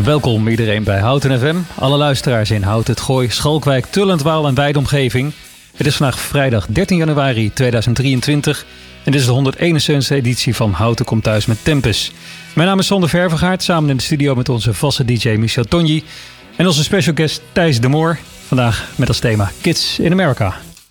Welkom iedereen bij Houten FM. Alle luisteraars in Houten, het Gooi, Schalkwijk, Tullentwaal en wijde omgeving. Het is vandaag vrijdag 13 januari 2023 en dit is de 171e editie van Houten komt thuis met Tempus. Mijn naam is Sander Vervegaard, samen in de studio met onze vaste DJ Michel Tonji en onze special guest Thijs de Moor. Vandaag met als thema Kids in America.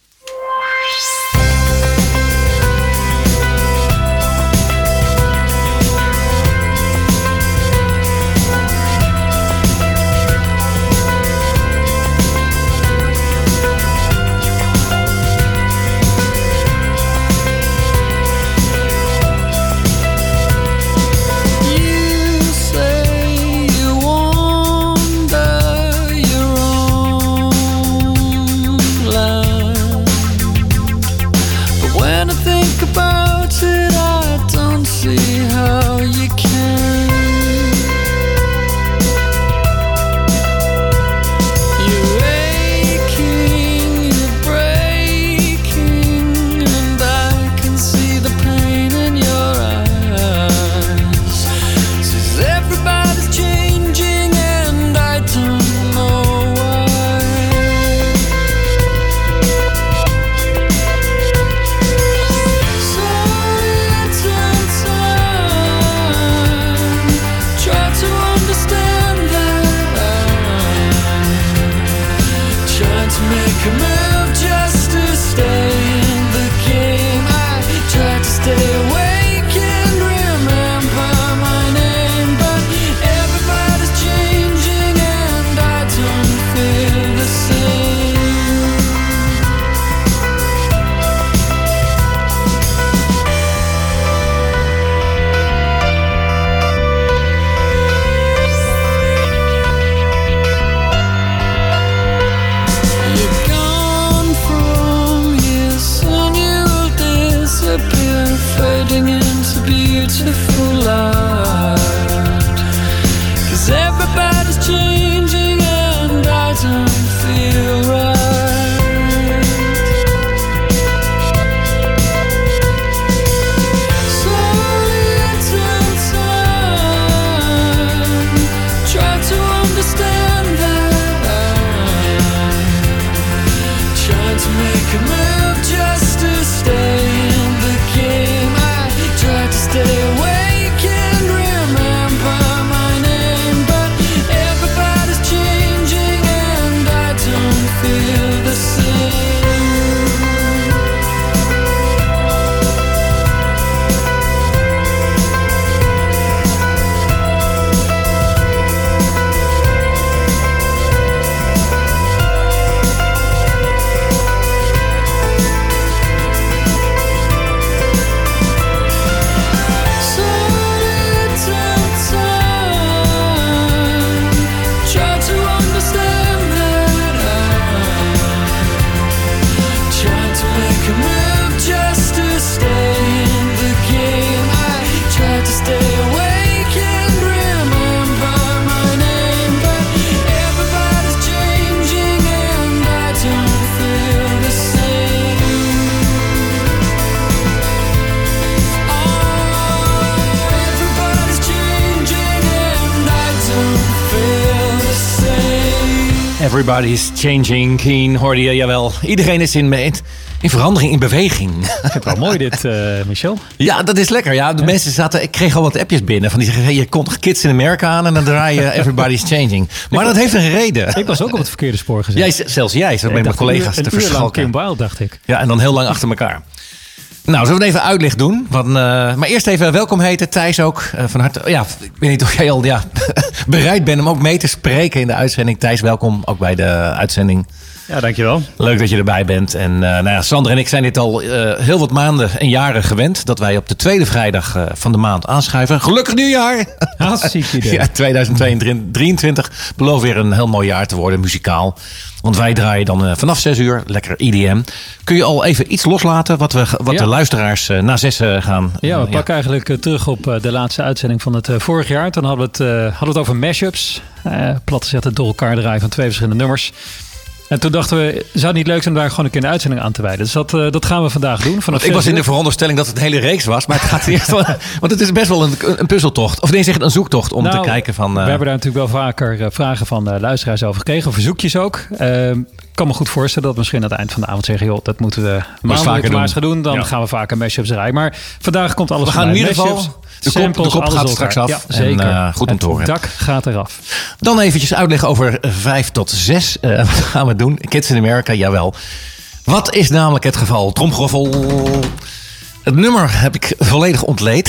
Everybody's changing, Keen, hoorde je, jawel. Iedereen is in verandering, in beweging. Ik vind het wel mooi dit, Michel. Ja, dat is lekker. Ja, de mensen zaten, ik kreeg al wat appjes binnen. Van die zeggen, hey, je komt Kids in America aan en dan draai je Everybody's changing. Maar dat heeft een reden. Ik was ook op het verkeerde spoor gezet. Zelfs jij, zat met mijn collega's te verschalken. Kim Wilde, dacht ik. Ja, en dan heel lang achter elkaar. Nou, zullen we even uitleg doen? Maar eerst even welkom heten. Thijs ook van harte. Ja, ik weet niet of jij al bereid bent om ook mee te spreken in de uitzending. Thijs, welkom ook bij de uitzending. Ja, dankjewel. Leuk dat je erbij bent. En Sander en ik zijn dit al heel wat maanden en jaren gewend. Dat wij op de tweede vrijdag van de maand aanschuiven. Gelukkig nieuwjaar! Hartstikke idee. Ja, 2023 belooft weer een heel mooi jaar te worden, muzikaal. Want wij draaien dan vanaf 6 uur lekker IDM. Kun je al even iets loslaten wat de luisteraars na 6 gaan... Ja, we pakken eigenlijk terug op de laatste uitzending van het vorig jaar. Toen hadden we het over mashups. Plat gezegd het door elkaar draaien van 2 verschillende nummers. En toen dachten we, zou het niet leuk zijn om daar gewoon een keer een uitzending aan te wijden. Dus dat gaan we vandaag doen. Ik was in de veronderstelling dat het een hele reeks was. Maar het gaat eerst wel, want het is best wel een puzzeltocht. Of nee, zeg het een zoektocht om te kijken van... We hebben daar natuurlijk wel vaker vragen van luisteraars over gekregen. Verzoekjes ook. Ik kan me goed voorstellen dat misschien aan het eind van de avond zeggen... joh, dat moeten we maandelijks maar eens gaan doen. Dan gaan we vaker mashups rijden. Maar vandaag komt alles we gaan in ieder geval... De kop gaat straks af. Ja, zeker. En, goed om te horen. Het dak gaat eraf. Dan eventjes uitleggen over 5 tot 6. Wat gaan we doen? Kids in America, jawel. Wat is namelijk het geval? Tromgeroffel. Het nummer heb ik volledig ontleed.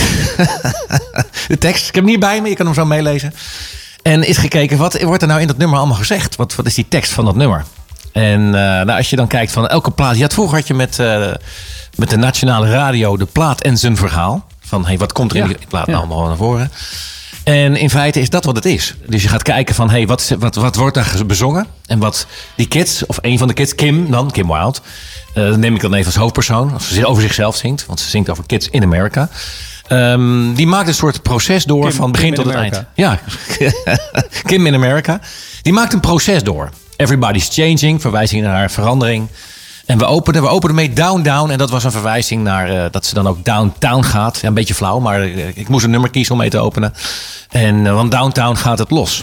De tekst. Ik heb hem niet bij me. Je kan hem zo meelezen. En is gekeken, wat wordt er nou in dat nummer allemaal gezegd? Wat is die tekst van dat nummer? En als je dan kijkt van elke plaat... Vroeger had je met de nationale radio de plaat en zijn verhaal. Van, wat komt er in die plaat nou allemaal naar voren? En in feite is dat wat het is. Dus je gaat kijken van, wat wordt daar bezongen? En wat die kids, of een van de kids, Kim Wilde... neem ik dan even als hoofdpersoon. Als ze over zichzelf zingt. Want ze zingt over kids in America. Die maakt een soort proces door van begin tot het eind. Ja, Kim in America. Die maakt een proces door. Everybody's changing, verwijzing naar haar verandering... En we openen mee Down Down. En dat was een verwijzing naar dat ze dan ook downtown gaat. Ja, een beetje flauw, maar ik moest een nummer kiezen om mee te openen. Want downtown gaat het los.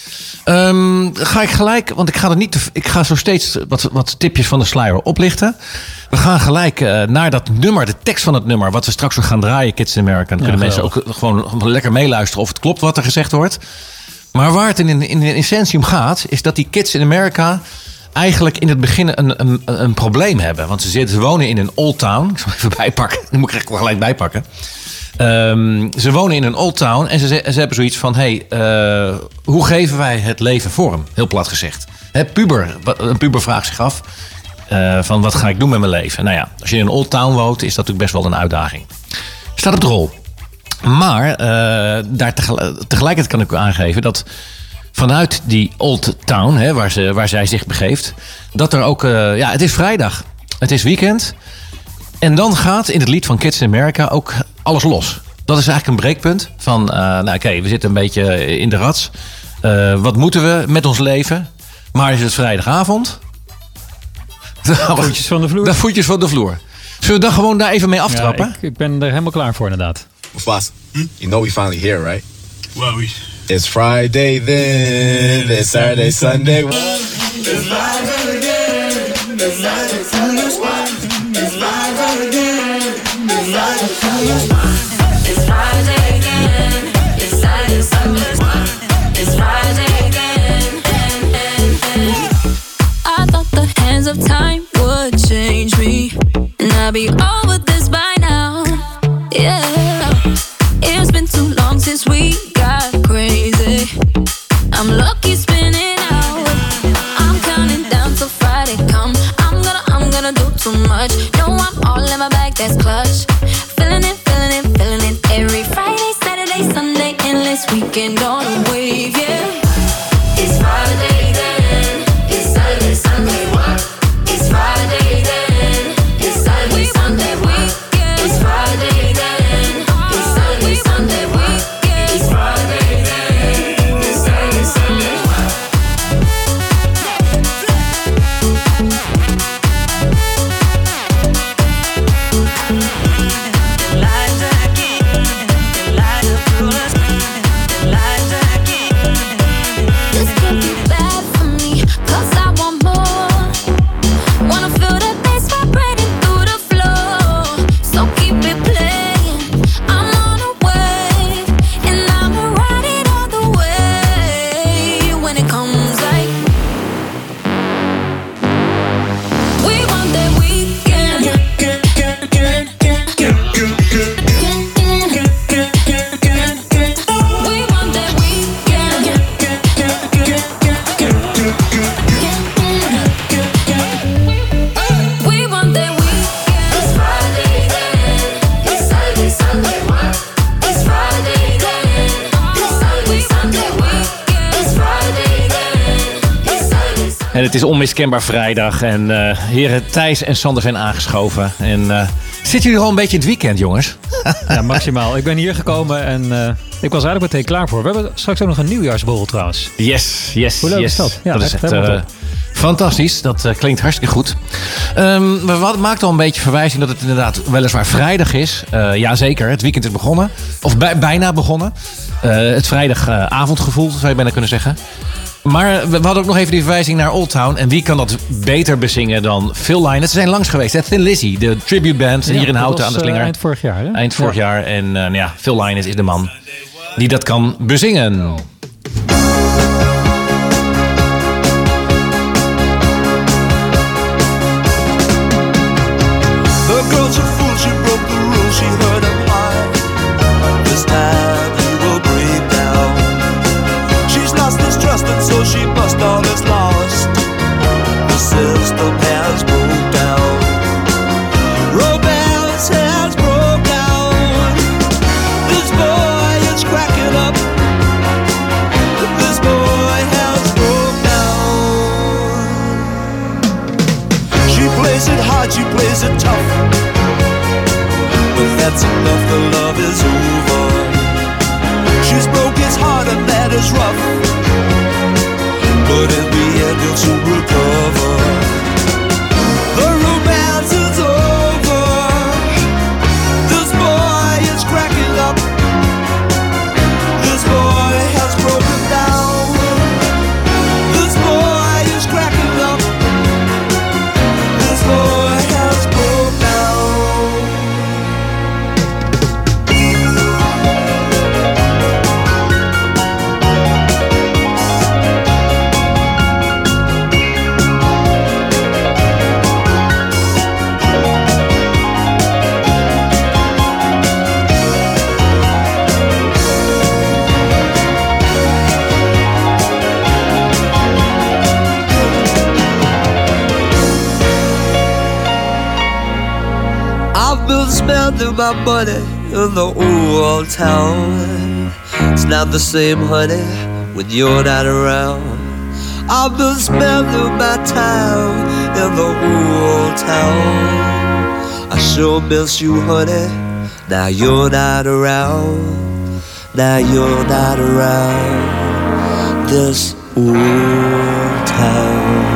Ga ik gelijk, want ik ga zo steeds wat tipjes van de sluier oplichten. We gaan gelijk naar dat nummer, de tekst van het nummer. Wat we straks nog gaan draaien, Kids in America. Dan kunnen mensen ook gewoon lekker meeluisteren of het klopt wat er gezegd wordt. Maar waar het in essentie om gaat, is dat die Kids in America... eigenlijk in het begin een probleem hebben. Want ze wonen in een old town. Ik zal even bijpakken. Die moet ik er gelijk bijpakken. Ze wonen in een old town. En ze hebben zoiets van... hoe geven wij het leven vorm? Heel plat gezegd. Een puber vraagt zich af... van wat ga ik doen met mijn leven? Nou ja, als je in een old town woont... is dat natuurlijk best wel een uitdaging. Staat op de rol. Maar daar tegelijkertijd kan ik u aangeven... dat vanuit die old town, waar zij zich begeeft... dat er ook... het is vrijdag. Het is weekend. En dan gaat in het lied van Kids in America ook alles los. Dat is eigenlijk een breekpunt. Van, we zitten een beetje in de rats. Wat moeten we met ons leven? Maar is het vrijdagavond? Voetjes van de vloer. Voetjes van de vloer. Zullen we dan gewoon daar even mee aftrappen? Ja, ik ben er helemaal klaar voor inderdaad. Boss, you know we finally here, right? Well, it's Friday then, it's Saturday, Sunday. It's live again, it's live again, it's live again, it's live again. It's Friday again, it's Saturday, Sunday. It's Friday again. I thought the hands of time would change me, and I'd be over this by now. Yeah, it's been too long since we got crazy. I'm lucky spinning out. I'm counting down till Friday come. I'm gonna do too much. No, I'm all in my bag, that's clutch. Feeling it. Every Friday, Saturday, Sunday, endless weekend on a wave, yeah. It's Friday then, it's Saturday, Sunday, what? It's Friday then, it's Saturday, Sunday, what? It's Friday then, it's Saturday, Sunday, what? It's Friday then, it's Saturday, Sunday, what? This could be bad for me, 'cause I want more. Wanna feel the bass vibrating through the floor. So keep it playing. I'm on a wave, and I'ma ride it all the way. When it comes like we want that weekend. We want that weekend. We want that weekend. It's Friday then, it's Saturday, Sunday, what? It's Friday then, it's Saturday, Sunday, what? It's Friday then, it's Saturday, Sunday. En het is onmiskenbaar vrijdag. En heren Thijs en Sander zijn aangeschoven. En zitten jullie al een beetje in het weekend, jongens? Ja, maximaal. Ik ben hier gekomen en ik was eigenlijk meteen klaar voor. We hebben straks ook nog een nieuwjaarsborrel trouwens. Yes. Hoe leuk is dat? Ja, dat is echt echt helemaal top. Fantastisch, dat klinkt hartstikke goed. We maakten al een beetje verwijzing dat het inderdaad weliswaar vrijdag is. Jazeker, het weekend is begonnen. Of bijna begonnen. Het vrijdagavondgevoel, zou je bijna kunnen zeggen. Maar we hadden ook nog even die verwijzing naar Old Town. En wie kan dat beter bezingen dan Phil Lynott? Ze zijn langs geweest. Thin Lizzy, de tributeband hier in Houten aan de Slinger. Eind vorig jaar, hè? Eind vorig jaar. En Phil Lynott is de man die dat kan bezingen. So she must all is lost. The system has broke down. Romance has broke down. This boy is cracking up. This boy has broke down. She plays it hard, she plays it tough. But that's enough, the love is over. She's broke his heart and that is rough. But in the end he'll soon recover. The romance is over. This boy is cracking up. This boy has broken down. This boy is cracking up. This boy has broken down. Spending my money in the old town. It's not the same, honey, when you're not around. I've been spending my time in the old town. I sure miss you, honey. Now you're not around. Now you're not around this old town.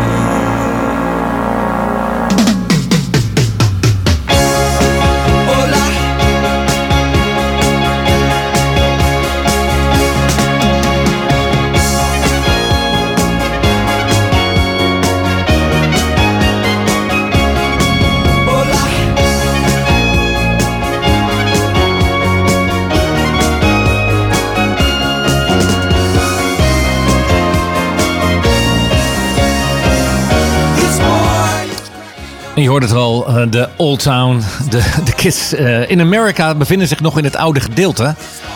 Je hoort het al, de Old Town, de kids in Amerika bevinden zich nog in het oude gedeelte.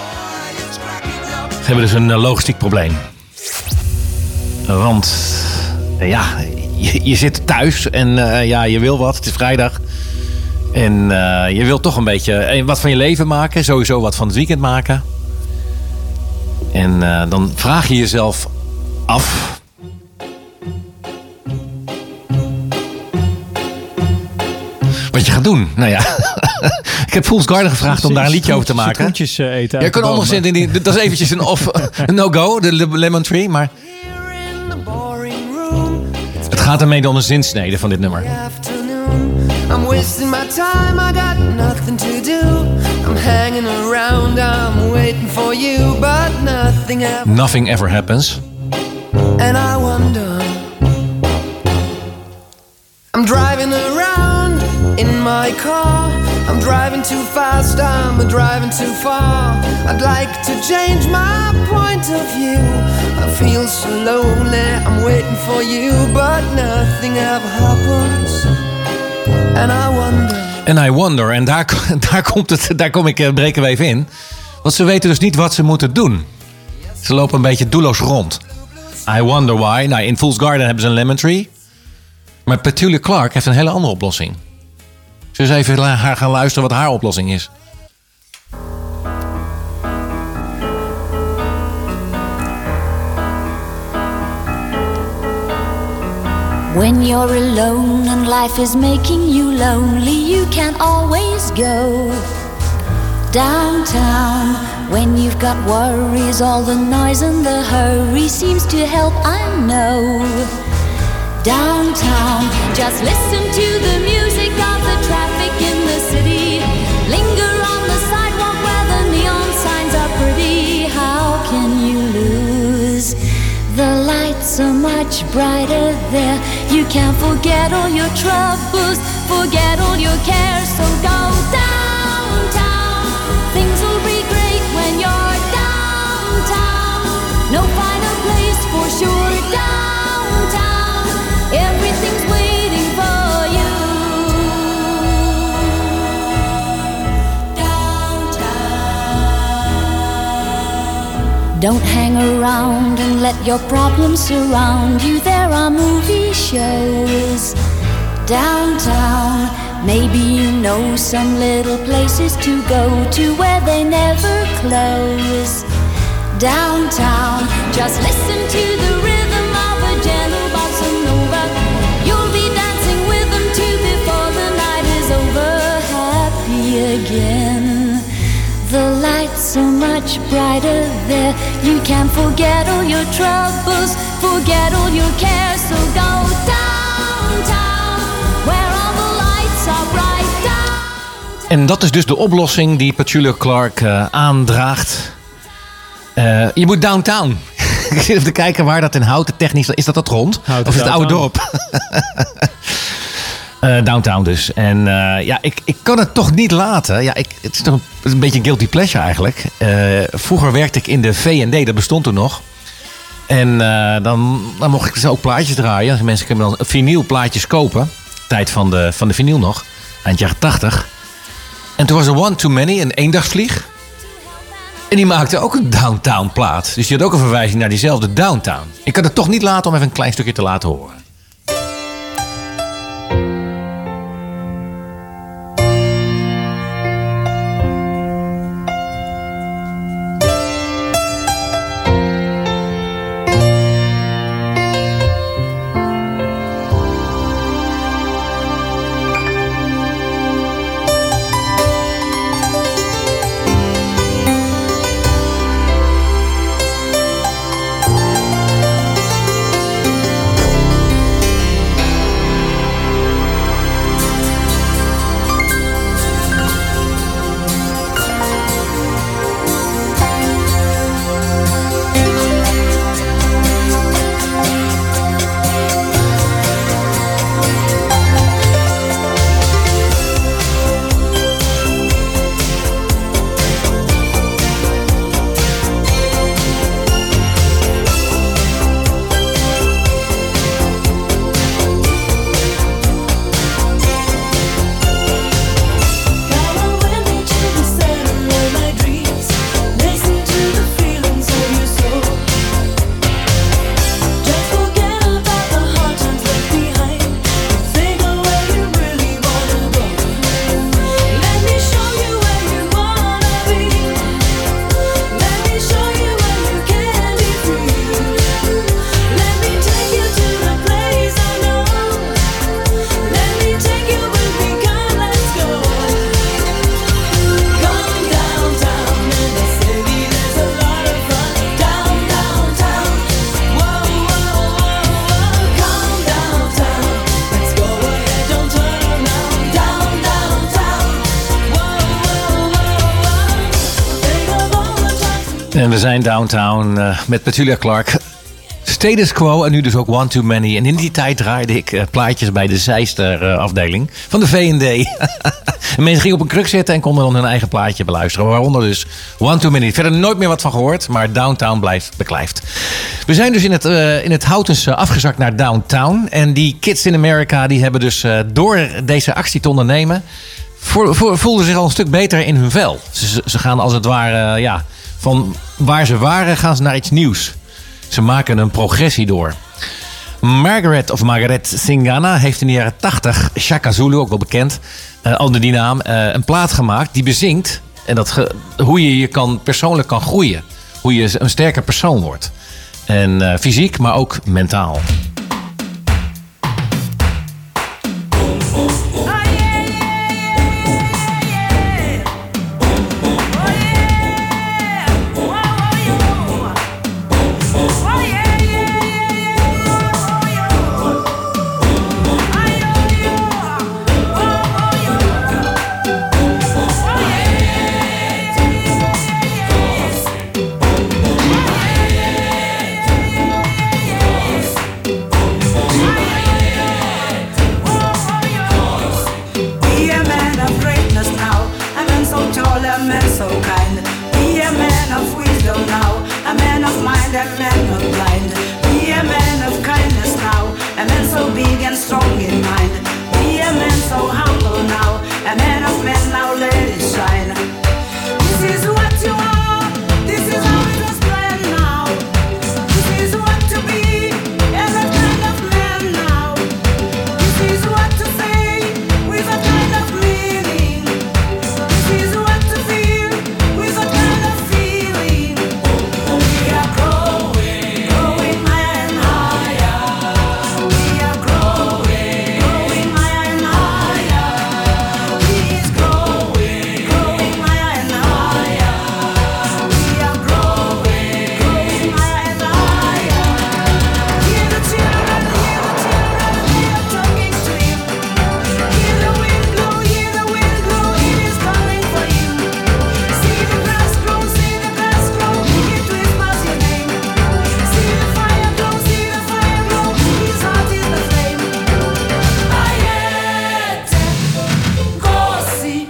Ze hebben dus een logistiek probleem. Want je zit thuis en je wil wat, het is vrijdag. En je wilt toch een beetje wat van je leven maken, sowieso wat van het weekend maken. En dan vraag je jezelf af... wat je gaat doen. Nou ja, ik heb Fool's Garden gevraagd om daar een liedje over te maken. Citroentjes eten. Ja, je kan onderzin in die. Dat is eventjes een no-go, de Lemon Tree, maar het gaat ermee om een zinsnede van dit nummer. I'm wasting my time, I got nothing to do. I'm hanging around, I'm waiting for you, but nothing ever happens. And I wonder, I'm driving around in my car. I'm driving too fast, I'm driving too far. I'd like to change my point of view. I feel so lonely, I'm waiting for you, but nothing ever happens. And I wonder. En daar kom ik breken we even in. Want ze weten dus niet wat ze moeten doen. Ze lopen een beetje doelloos rond. I wonder why. Nou, in Fool's Garden hebben ze een lemon tree. Maar Petula Clark heeft een hele andere oplossing. Dus even haar gaan luisteren wat haar oplossing is. When you're alone and life is making you lonely, you can always go downtown. When you've got worries, all the noise and the hurry seems to help, I know. downtown. Just listen to the music of the traffic in the city. Linger on the sidewalk where the neon signs are pretty. How can you lose? The lights are much brighter there. You can't forget all your troubles, forget all your cares. So go downtown. Things will be great when you're downtown. No finer place for sure. Downtown, everything's waiting for you. Downtown. Don't hang around and let your problems surround you. There are movie shows downtown. Maybe you know some little places to go to where they never close. Downtown, just listen to the rhythm of a gentle bossa nova. You'll be dancing with them too before the night is over. Happy again. The lights are much brighter there. You can't forget all your troubles, forget all your cares. So go downtown, where all the lights are bright. Downtown. En dat is dus de oplossing die Petula Clark aandraagt. Je moet downtown. Ik zit even te kijken waar dat in Houten technisch... Is dat rond? Houten, of is het oude downtown. dorp? Downtown dus. En ik kan het toch niet laten. Ja, het is toch een beetje een guilty pleasure eigenlijk. Vroeger werkte ik in de V&D, dat bestond toen nog. En dan mocht ik dus ook plaatjes draaien. Mensen kunnen dan vinylplaatjes kopen. Tijd van de vinyl nog. Eind jaren 80. En toen was er One Too Many, een eendagsvlieg. En die maakte ook een downtown plaat. Dus die had ook een verwijzing naar diezelfde downtown. Ik kan het toch niet laten om even een klein stukje te laten horen. En we zijn downtown met Petula Clark. Status Quo en nu dus ook One Too Many. En in die tijd draaide ik plaatjes bij de Zeister afdeling van de V&D. En mensen gingen op een kruk zitten en konden dan hun eigen plaatje beluisteren. Waaronder dus One Too Many. Verder nooit meer wat van gehoord, maar downtown blijft beklijft. We zijn dus in het Houtense afgezakt naar downtown. En die Kids in America die hebben dus door deze actie te ondernemen... voelden zich al een stuk beter in hun vel. Ze gaan als het ware van waar ze waren gaan ze naar iets nieuws. Ze maken een progressie door. Margaret Singana heeft in de jaren 80, Shaka Zulu, ook wel bekend, onder die naam, een plaat gemaakt die bezingt en hoe je persoonlijk kan groeien. Hoe je een sterker persoon wordt. En fysiek, maar ook mentaal. a man not blind. Be a man of kindness now, a man so big and strong in mind. Be a man so humble now, a man of men now, let it shine. This is what you are, this is how it was planned now. This is what to be, as a kind of man now. This is what to say, with a kind of meaning. This is what to feel, with a kind of feeling. We are growing, growing higher and higher. We are growing, growing higher and higher. He is growing, growing higher and higher. We are growing, growing higher and higher. Hear the children, they are talking to you. Hear the wind blow, it is calling for you. See the grass grow, it whispers your name. See the fire glow, his heart is the flame. Bayete, Gossi,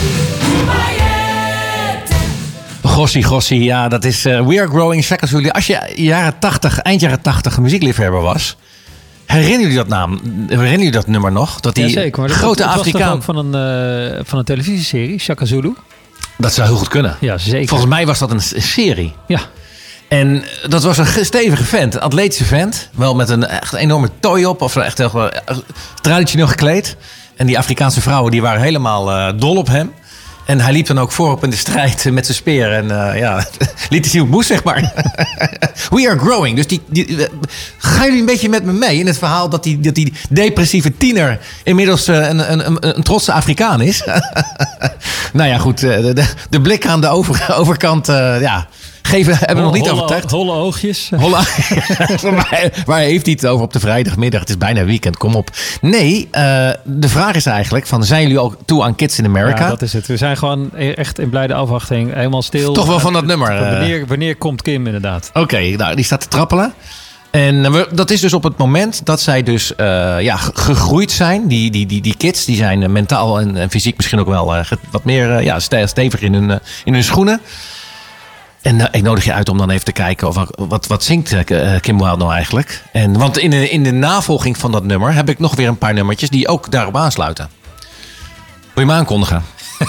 Bayete. Gossi, ja, dat is We Are Growing Shaka Zulu. Als je eind jaren 80 muziekliefhebber was, herinner jullie dat nummer nog? Dat die Zeker, maar grote dat Afrikaan... was toch ook van een televisieserie, Shaka Zulu? Dat zou heel goed kunnen. Ja, zeker. Volgens mij was dat een serie. Ja. En dat was een stevige vent, een atletische vent. Wel met een echt enorme tooi op, of echt heel traditioneel gekleed. En die Afrikaanse vrouwen die waren helemaal dol op hem. En hij liep dan ook voorop in de strijd met zijn speer. En liet hij zien hoe het moest, zeg maar. We are growing. Dus gaan jullie een beetje met me mee in het verhaal dat die depressieve tiener inmiddels een trotse Afrikaan is? Nou ja, goed. De blik aan de overkant, hebben we nog niet overtuigd. Holle oogjes. Waar heeft hij het over op de vrijdagmiddag? Het is bijna weekend, kom op. Nee, de vraag is eigenlijk zijn jullie al toe aan Kids in America? Ja, dat is het. We zijn gewoon echt in blijde afwachting. Helemaal stil. Toch wel van dat nummer. Wanneer komt Kim inderdaad? Oké, nou, die staat te trappelen. En dat is dus op het moment dat zij dus gegroeid zijn. Die kids, die zijn mentaal en fysiek misschien ook wel wat meer stevig in hun schoenen. En ik nodig je uit om dan even te kijken wat zingt Kim Wilde nou eigenlijk. Want in de navolging van dat nummer heb ik nog weer een paar nummertjes die ook daarop aansluiten. Wil je me aankondigen?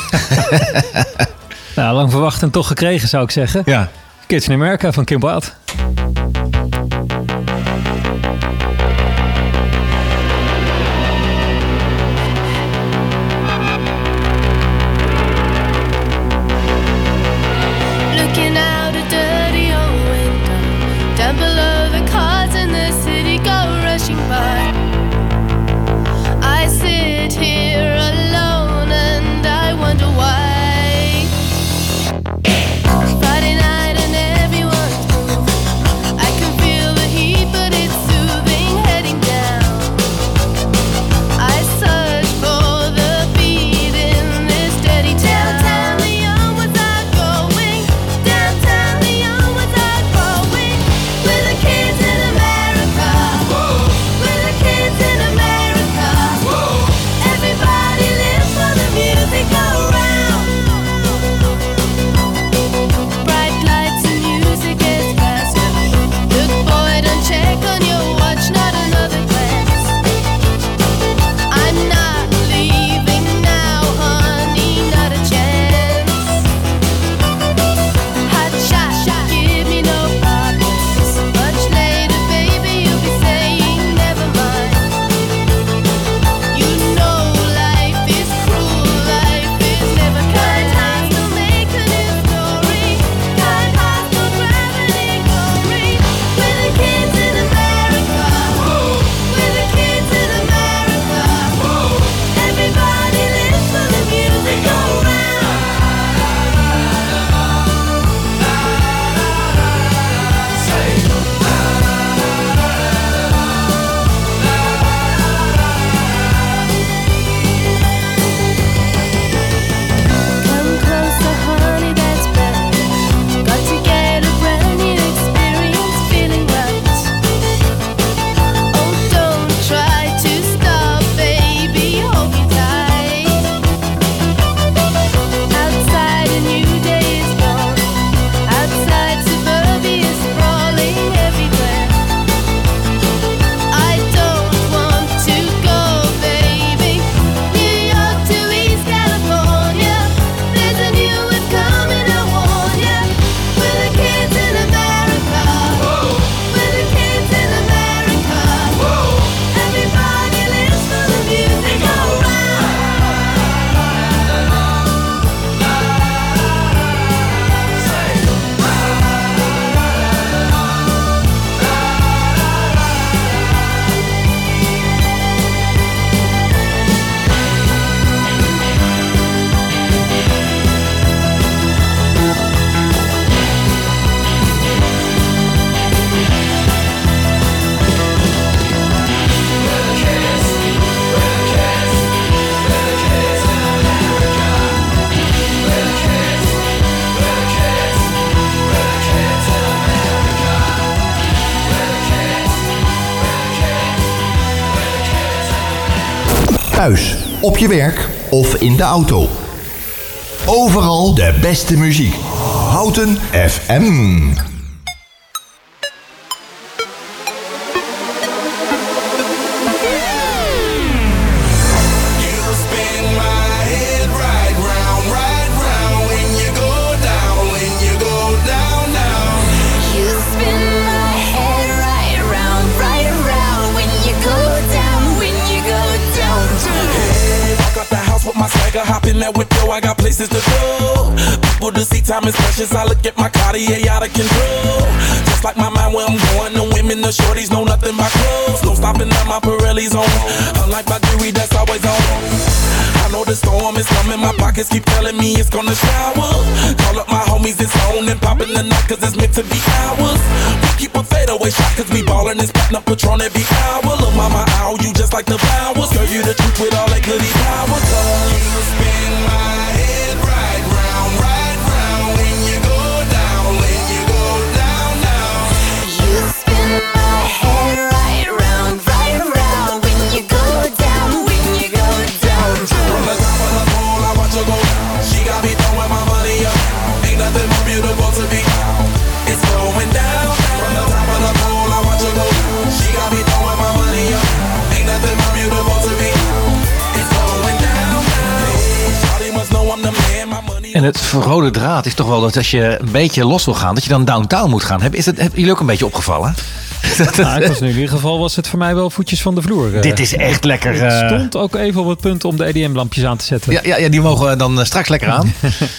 Nou, lang verwacht en toch gekregen zou ik zeggen. Ja. Kids in America van Kim Wilde. Friday night and everyone's moved. Thuis, op je werk of in de auto. Overal de beste muziek. Houten FM. Hop in that window, I got places to go. People to see, time is precious. I look at my Cartier out of control. Just like my mind where I'm going. The women, the shorties know nothing but clothes. No stopping at my Pirelli's on. Unlike my jewelry that's always on. I know the storm is coming. My pockets keep telling me it's gonna shower. Call up my homies, it's on and popping the night cause it's meant to be ours. We keep a fadeaway shot cause we ballin' and spittin' up Patron every hour. Look mama, ow, you just like the flowers. Girl, you the truth with all that goodie power. You spin my head right round when you go down, when you go down, down. You spin my head right round when you go down, when you go down. From the top of the pole, I watch her go down. She got me throwing my money up. Ain't nothing more beautiful to me. It's going down. From the top of the pole, I watch her go down. She got me throwing my money up. Ain't nothing more beautiful to me. It's going down. Shawty must know I'm the man. My money. En het rode draad is toch wel dat als je een beetje los wil gaan, dat je dan downtown moet gaan. Hebben jullie ook een beetje opgevallen? Nou, het was in ieder geval was het voor mij wel voetjes van de vloer. Dit is echt lekker. Ik stond ook even op het punt om de EDM-lampjes aan te zetten. Ja, die mogen dan straks lekker aan.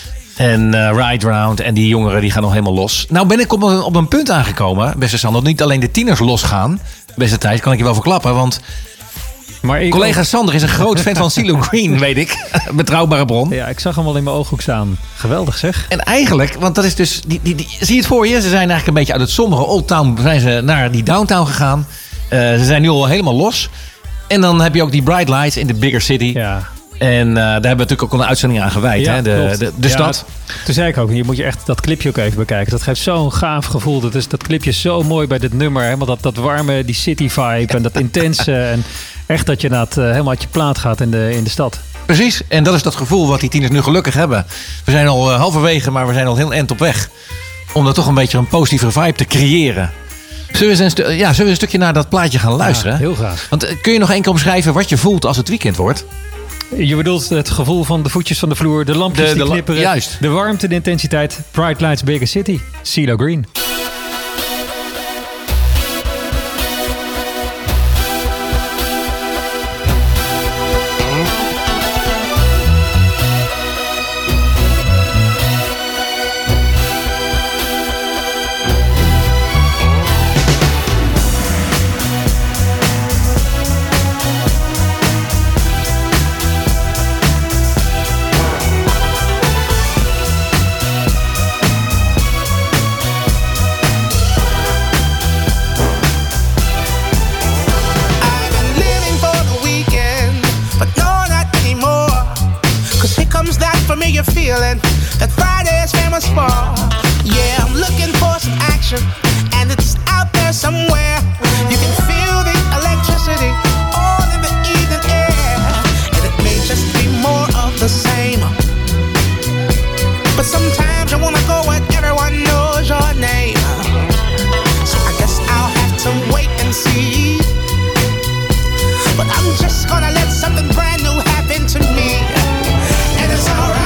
En Ride Round en die jongeren die gaan nog helemaal los. Nou ben ik op een punt aangekomen, beste Sander, dat niet alleen de tieners losgaan. Beste Thijs, kan ik je wel verklappen, want maar collega Sander is een groot fan van CeeLo Green, weet ik. Betrouwbare bron. Ja, ik zag hem wel in mijn ooghoek staan. Geweldig zeg. En eigenlijk, want dat is dus, zie je het voor je? Ze zijn eigenlijk een beetje uit het sombere Old Town zijn ze naar die downtown gegaan. Ze zijn nu al helemaal los. En dan heb je ook die Bright Lights in de bigger city. Ja. En daar hebben we natuurlijk ook al een uitzending aan gewijd. Ja, hè? De stad. Toen zei ik ook, je moet je echt dat clipje ook even bekijken. Dat geeft zo'n gaaf gevoel. Dat clipje is zo mooi bij dit nummer. Helemaal dat warme, die city vibe en dat intense. En echt dat je helemaal uit je plaat gaat in de stad. Precies. En dat is dat gevoel wat die tieners nu gelukkig hebben. We zijn al halverwege, maar we zijn al heel eind op weg. Om er toch een beetje een positieve vibe te creëren. Zullen we een stukje naar dat plaatje gaan luisteren? Ja, heel graag. Want kun je nog één keer omschrijven wat je voelt als het weekend wordt? Je bedoelt het gevoel van de voetjes van de vloer, de lampjes die knipperen. Juist. De warmte, de intensiteit. Bright Lights, Bigger City. CeeLo Green. Feeling that Friday is famous for. Yeah, I'm looking for some action, and it's out there somewhere. You can feel the electricity all in the evening air, and it may just be more of the same. But sometimes you wanna go where everyone knows your name. So I guess I'll have to wait and see. But I'm just gonna let something brand new happen to me, and it's alright.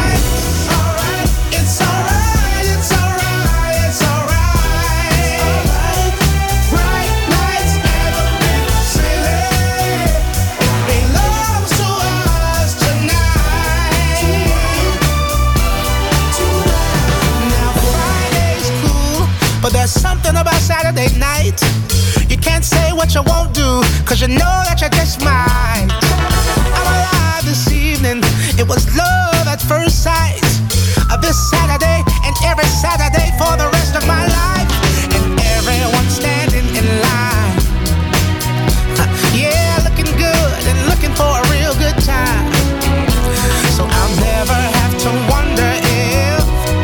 But there's something about Saturday night. You can't say what you won't do, cause you know that you just might. I'm alive this evening. It was love at first sight. This Saturday and every Saturday for the rest of my life. And everyone standing in line. Yeah, looking good and looking for a real good time. So I'll never have to wonder if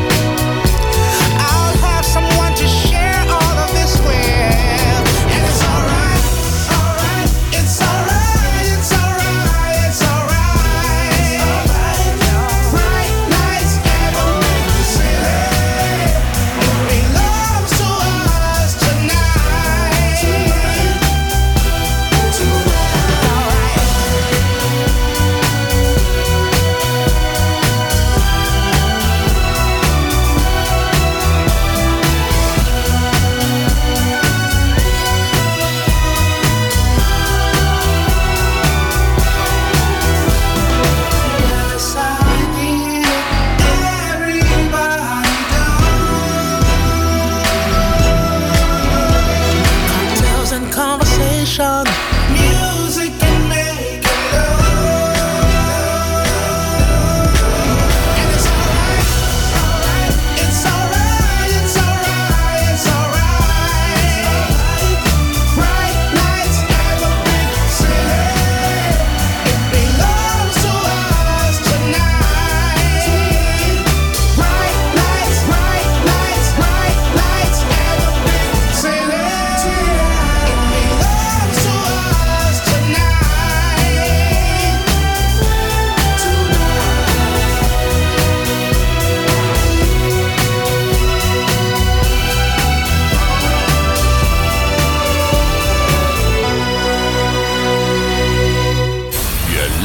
I'll have someone to share all of this with. And it's alright, it's alright, it's alright, it's alright, it's alright.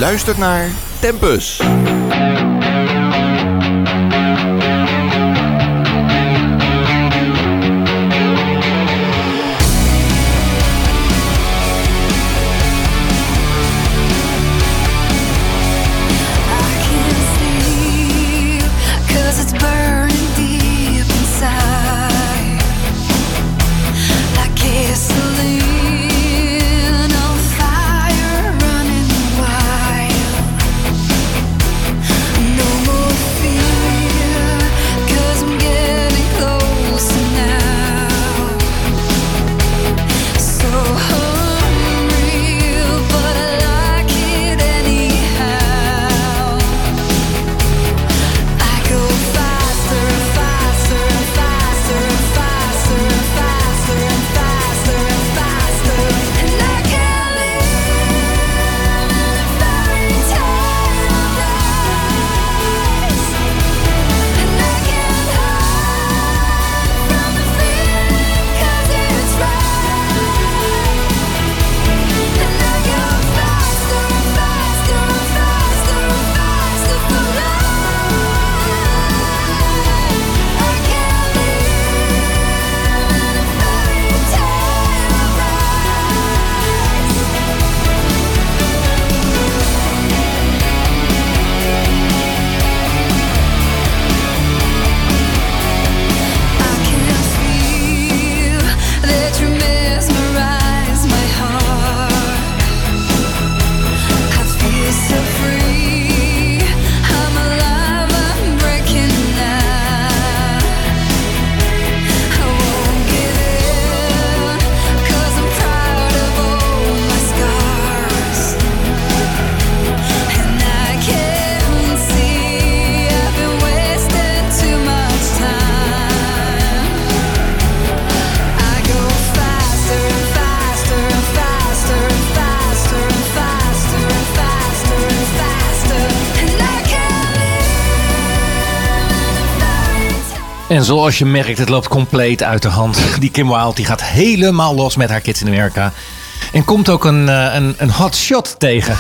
luistert naar Tempus. En zoals je merkt, het loopt compleet uit de hand. Die Kim Wilde die gaat helemaal los met haar Kids in America. En komt ook een hot shot tegen.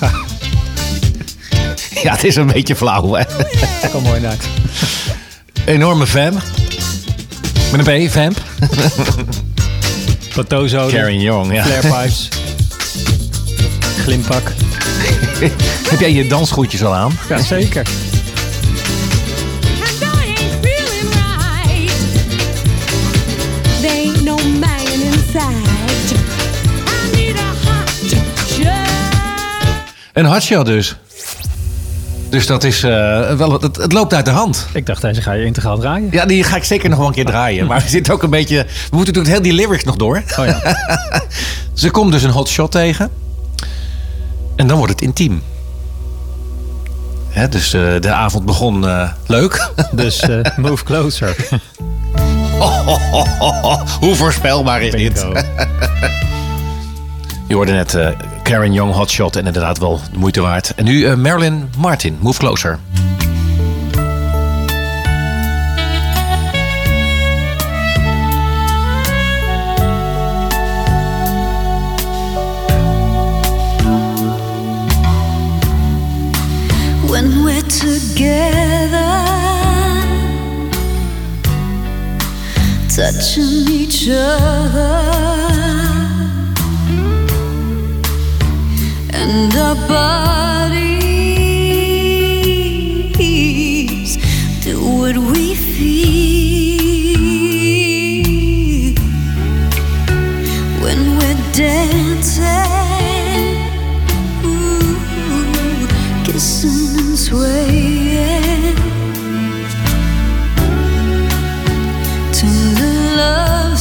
Ja, het is een beetje flauw, hè? Dat komt mooi uit. Enorme vamp. Met een B, vamp. Plateauzoden. Karen Young, ja. Flarepipes. Glimpak. Heb jij je dansgoedjes al aan? Ja, zeker. Een hotshot dus. Dus dat is wel. Het loopt uit de hand. Ik dacht, deze ga je integraal draaien. Ja, die ga ik zeker nog wel een keer draaien. Maar we zitten ook een beetje. We moeten natuurlijk heel die lyrics nog door. Oh ja. Ze komt dus een hotshot tegen. En dan wordt het intiem. Hè, dus de avond begon leuk. Dus move closer. Hoe voorspelbaar is dit? Je hoorde net Karen Young, hotshot. En inderdaad wel de moeite waard. En nu Marilyn Martin, move closer. When we're together, touching each other, and our bodies do what we feel. When we're dancing, ooh, kissing and swaying to the love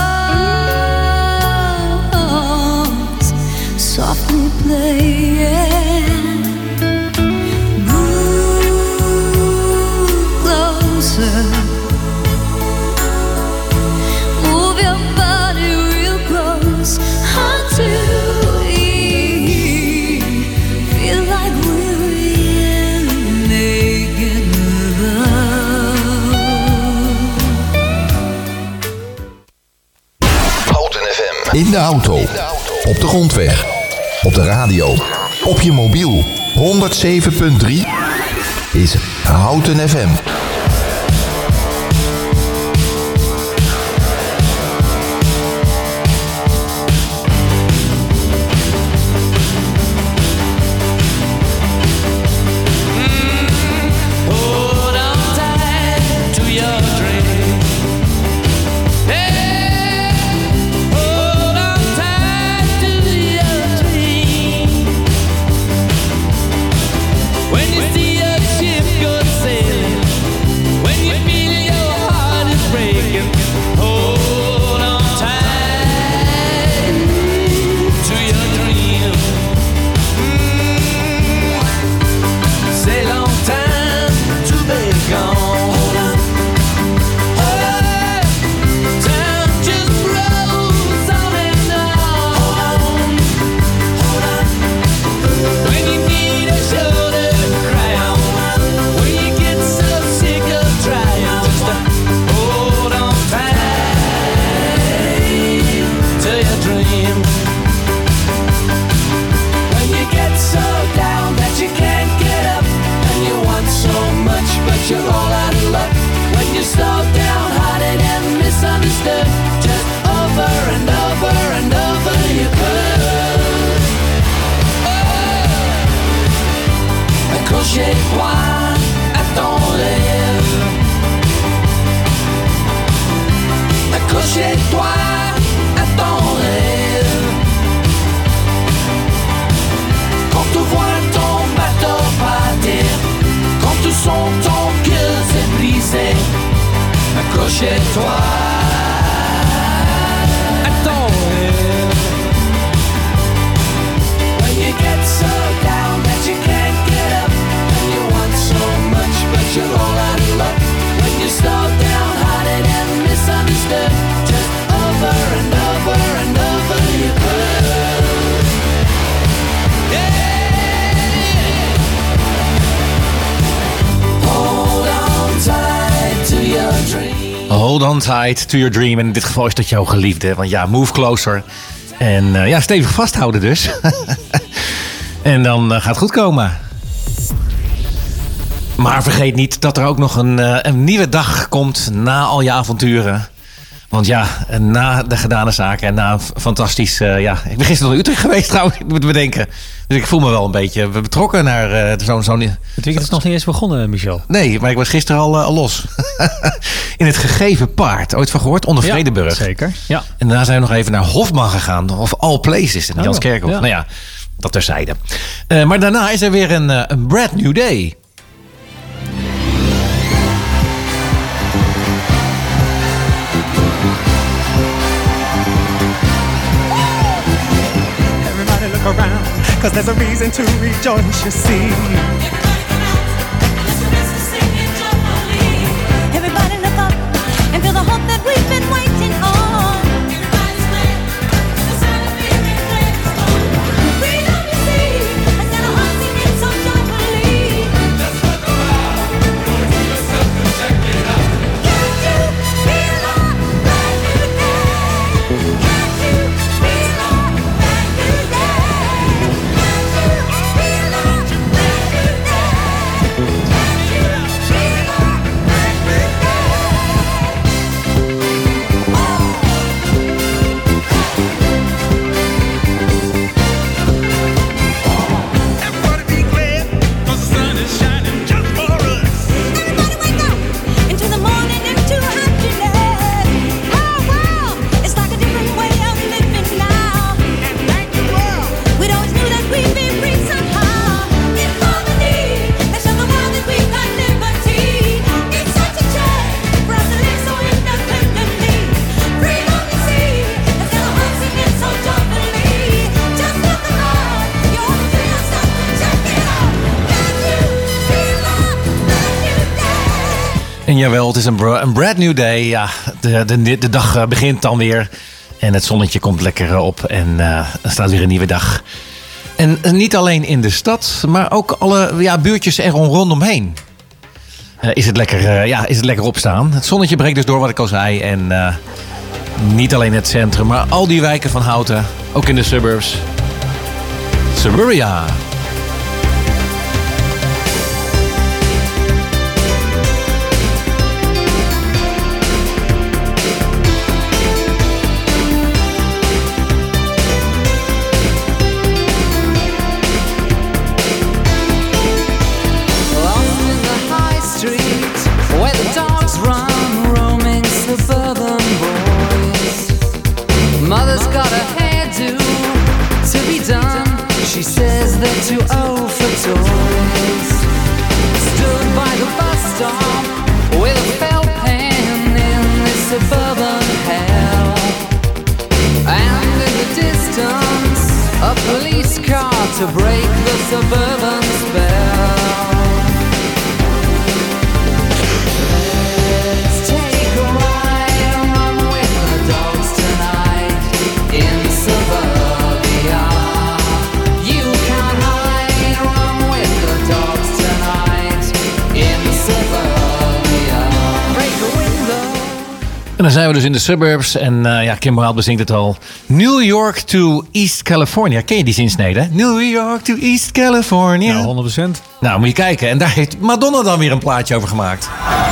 songs softly playing. Move closer, move your body real close until we feel like we're really making love. Houten FM. In de auto, op de grondweg, op de radio Op je mobiel 107.3 is Houten FM. Accrochez-toi à ton rêve. When you get so down that you can't get up, and you want so much but you're all out of luck. When you're slow down-hearted and misunderstood, just over and over and over you could. Yeah. Hold on tight to your dream. Hold on tight to your dream. En in dit geval is dat jouw geliefde. Want ja, move closer. En ja, stevig vasthouden dus. En dan gaat het goed komen. Maar vergeet niet dat er ook nog een nieuwe dag komt na al je avonturen. Want ja, na de gedane zaken en na een fantastisch... ja, ik ben gisteren nog in Utrecht geweest trouwens, ik moet bedenken. Dus ik voel me wel een beetje betrokken naar zo'n... Het weekend is nog niet eens begonnen, Michel. Nee, maar ik was gisteren al los. In het Gegeven Paard. Ooit van gehoord? Onder Vredenburg. Ja, zeker. Ja. En daarna zijn we nog even naar Hofman gegaan. Of All Places in Janskerkhof. Ja. Nou ja, dat terzijde. Maar daarna is er weer een brand new day. Everybody look around, 'cause there's a reason to rejoice, you see. Everybody look up and feel the hope that we've been waiting on. Everybody's glad, the sound of feeling glad. Freedom you see, and then our hearts singing so joyfully. Let's look around, go to yourself and check it out. Can't you feel our brand new day? Can't you feel our brand new day? Can't you feel our brand new day? En jawel, het is een brand new day. Ja, de dag begint dan weer. En het zonnetje komt lekker op. En er staat weer een nieuwe dag. En niet alleen in de stad, maar ook alle buurtjes er rondomheen. Is het lekker opstaan. Het zonnetje breekt dus door, wat ik al zei. En niet alleen het centrum, maar al die wijken van Houten. Ook in de suburbs. Suburbia. to break the suburban spell. Let's take a ride and run with the dogs tonight in suburbia. You can hide, run with the dogs tonight in suburbia. Break a window. En dan zijn we dus in de suburbs. En Kim Wilde bezingt het al. New York to East California. Ken je die zinsnede? New York to East California. Ja, 100%. Nou, moet je kijken. En daar heeft Madonna dan weer een plaatje over gemaakt.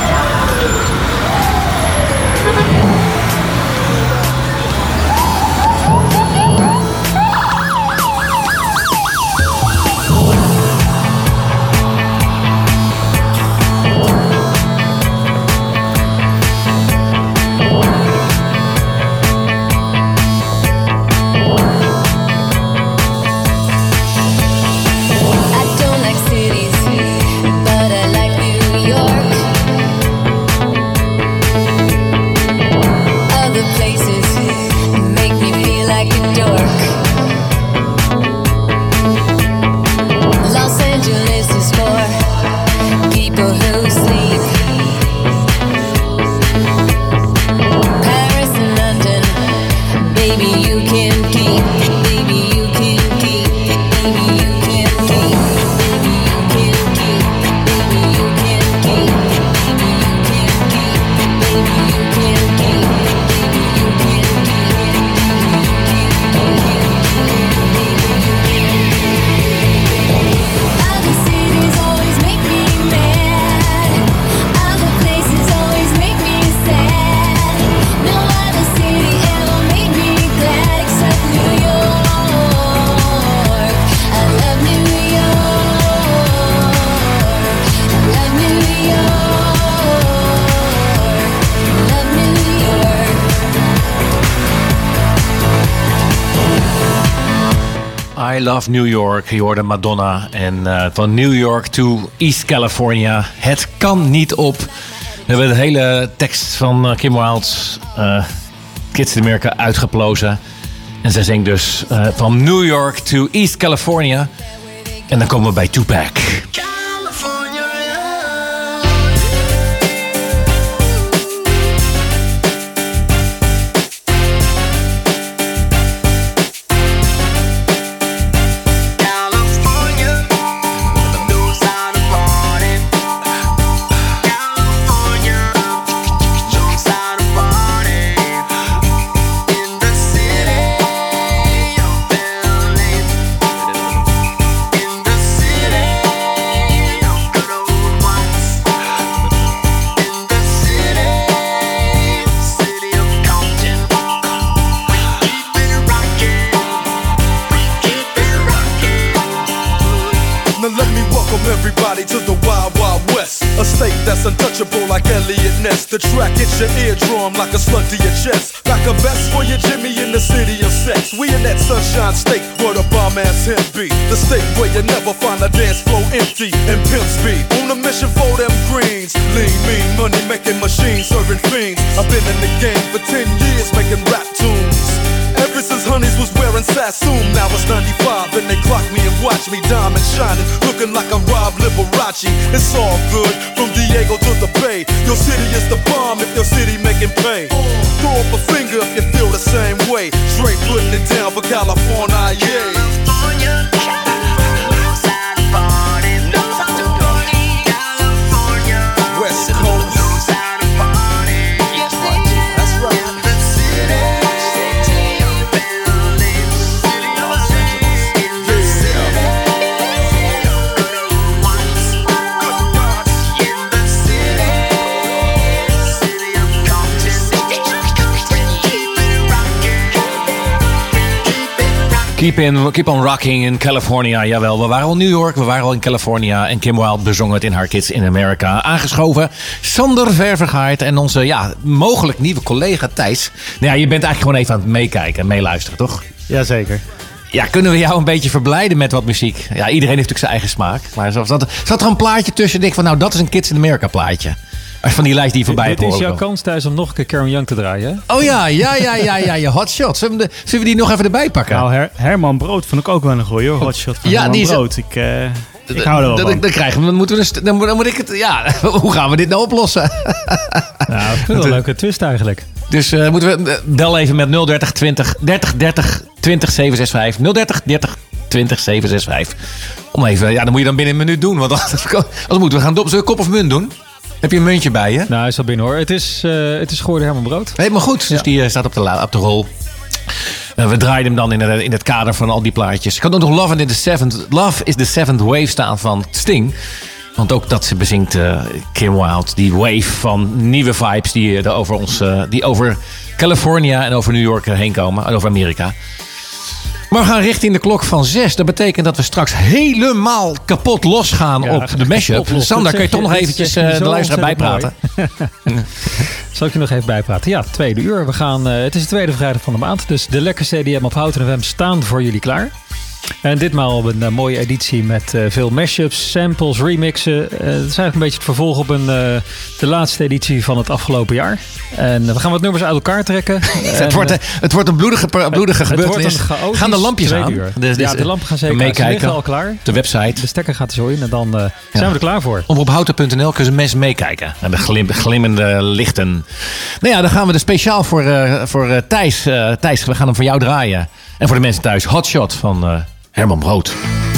I don't like cities, but I like New York. Other places make me feel like a dork. Los Angeles is for people who sleep. Paris and London, baby you can keep. Baby you can keep. Baby you can keep. Baby you can keep. Baby you can keep. Baby you can keep. Baby you can keep. Baby you can keep. Other cities always make me mad. Other places always make me sad. No other city ever made me glad except New York. I love New York. I love New York. Love New York. I Love New York. Je hoorde Madonna. En van New York to East California. Het kan niet op. We hebben de hele tekst van Kim Wilde's Kids in America uitgeplozen. En zij zingt dus van New York to East California. En dan komen we bij Tupac. Now let me welcome everybody to the Wild Wild West. A state that's untouchable like Elliot Ness. The track hits your eardrum like a slug to your chest. Like a vest for your Jimmy in the city of sex. We in that sunshine state where the bomb ass him be. The state where you never find a dance floor empty and pimp speed. On a mission for them greens. Lean, mean, money making machines serving fiends. I've been in the game for 10 years making rap tunes. Ever since Honeys was wearing Sassoon, now it's 95 and they clock me and watch me diamond shining, looking like a Rob Liberace. It's all good from Diego to the Bay. Your city is the bomb if your city making pay. Throw up a finger if you feel the same way. Straight putting it down for California, yeah. West Coast. That's right. Keep on rocking in California. Jawel, we waren al in New York, we waren al in California. En Kim Wilde bezong het in haar Kids in America. Aangeschoven Sander Ververgaard en onze mogelijk nieuwe collega Thijs. Nou ja, je bent eigenlijk gewoon even aan het meekijken en meeluisteren, toch? Jazeker. Ja, kunnen we jou een beetje verblijden met wat muziek? Ja, iedereen heeft natuurlijk zijn eigen smaak. Maar zat er een plaatje tussen? Denk van, nou, dat is een Kids in America plaatje. Van die lijst die je voorbij hebt Dit is horen jouw komen. kans thuis om nog een keer Karen Young te draaien. Hè? Oh ja, je hot shot. Zullen we die nog even erbij pakken? Nou, Herman Brood vond ik ook wel een goeie hoor. Hotshot van Ja, Herman die is- Brood. Ik hou er wel van. Dan krijgen we, dan moet ik het. Ja, hoe gaan we dit nou oplossen? Nou, dat is wel een leuke twist eigenlijk. Dus moeten we bel even met 030 20 30 30 20 765. 030 30 20 765. Om even, ja, dan moet je dan binnen een minuut doen. Want anders moeten we gaan zullen we kop of munt doen? Heb je een muntje bij je? Nou, hij is al binnen hoor. Het is geworden Herman Brood. Helemaal goed. Dus die staat op de rol. We draaiden hem dan in het kader van al die plaatjes. Ik had ook nog Love is the Seventh Wave staan van Sting. Want ook dat bezingt Kim Wilde. Die wave van nieuwe vibes die over California en over New York heen komen. En over Amerika. Maar we gaan richting de klok van 6. Dat betekent dat we straks helemaal kapot losgaan op de mashup. Sander, kun je toch nog eventjes de luisteraar bijpraten? Zal ik je nog even bijpraten? Ja, 2e uur. Het is de tweede vrijdag van de maand. Dus de lekkerste EDM op Houten FM staan voor jullie klaar. En ditmaal op een mooie editie met veel mashups, samples, remixen. Het is eigenlijk een beetje het vervolg op de laatste editie van het afgelopen jaar. En we gaan wat nummers uit elkaar trekken. Het wordt een bloedige gebeurtenis. Gaan de lampjes aan? Ja, de lampen gaan zeker meekijken. Ze liggen al klaar. De website. De stekker gaat er zo in en dan zijn we er klaar voor. Op houten.nl kunnen mensen meekijken. Naar de glimmende lichten. Nou ja, dan gaan we er speciaal voor Thijs. Thijs, we gaan hem voor jou draaien. En voor de mensen thuis, Hot Shot van Herman Brood.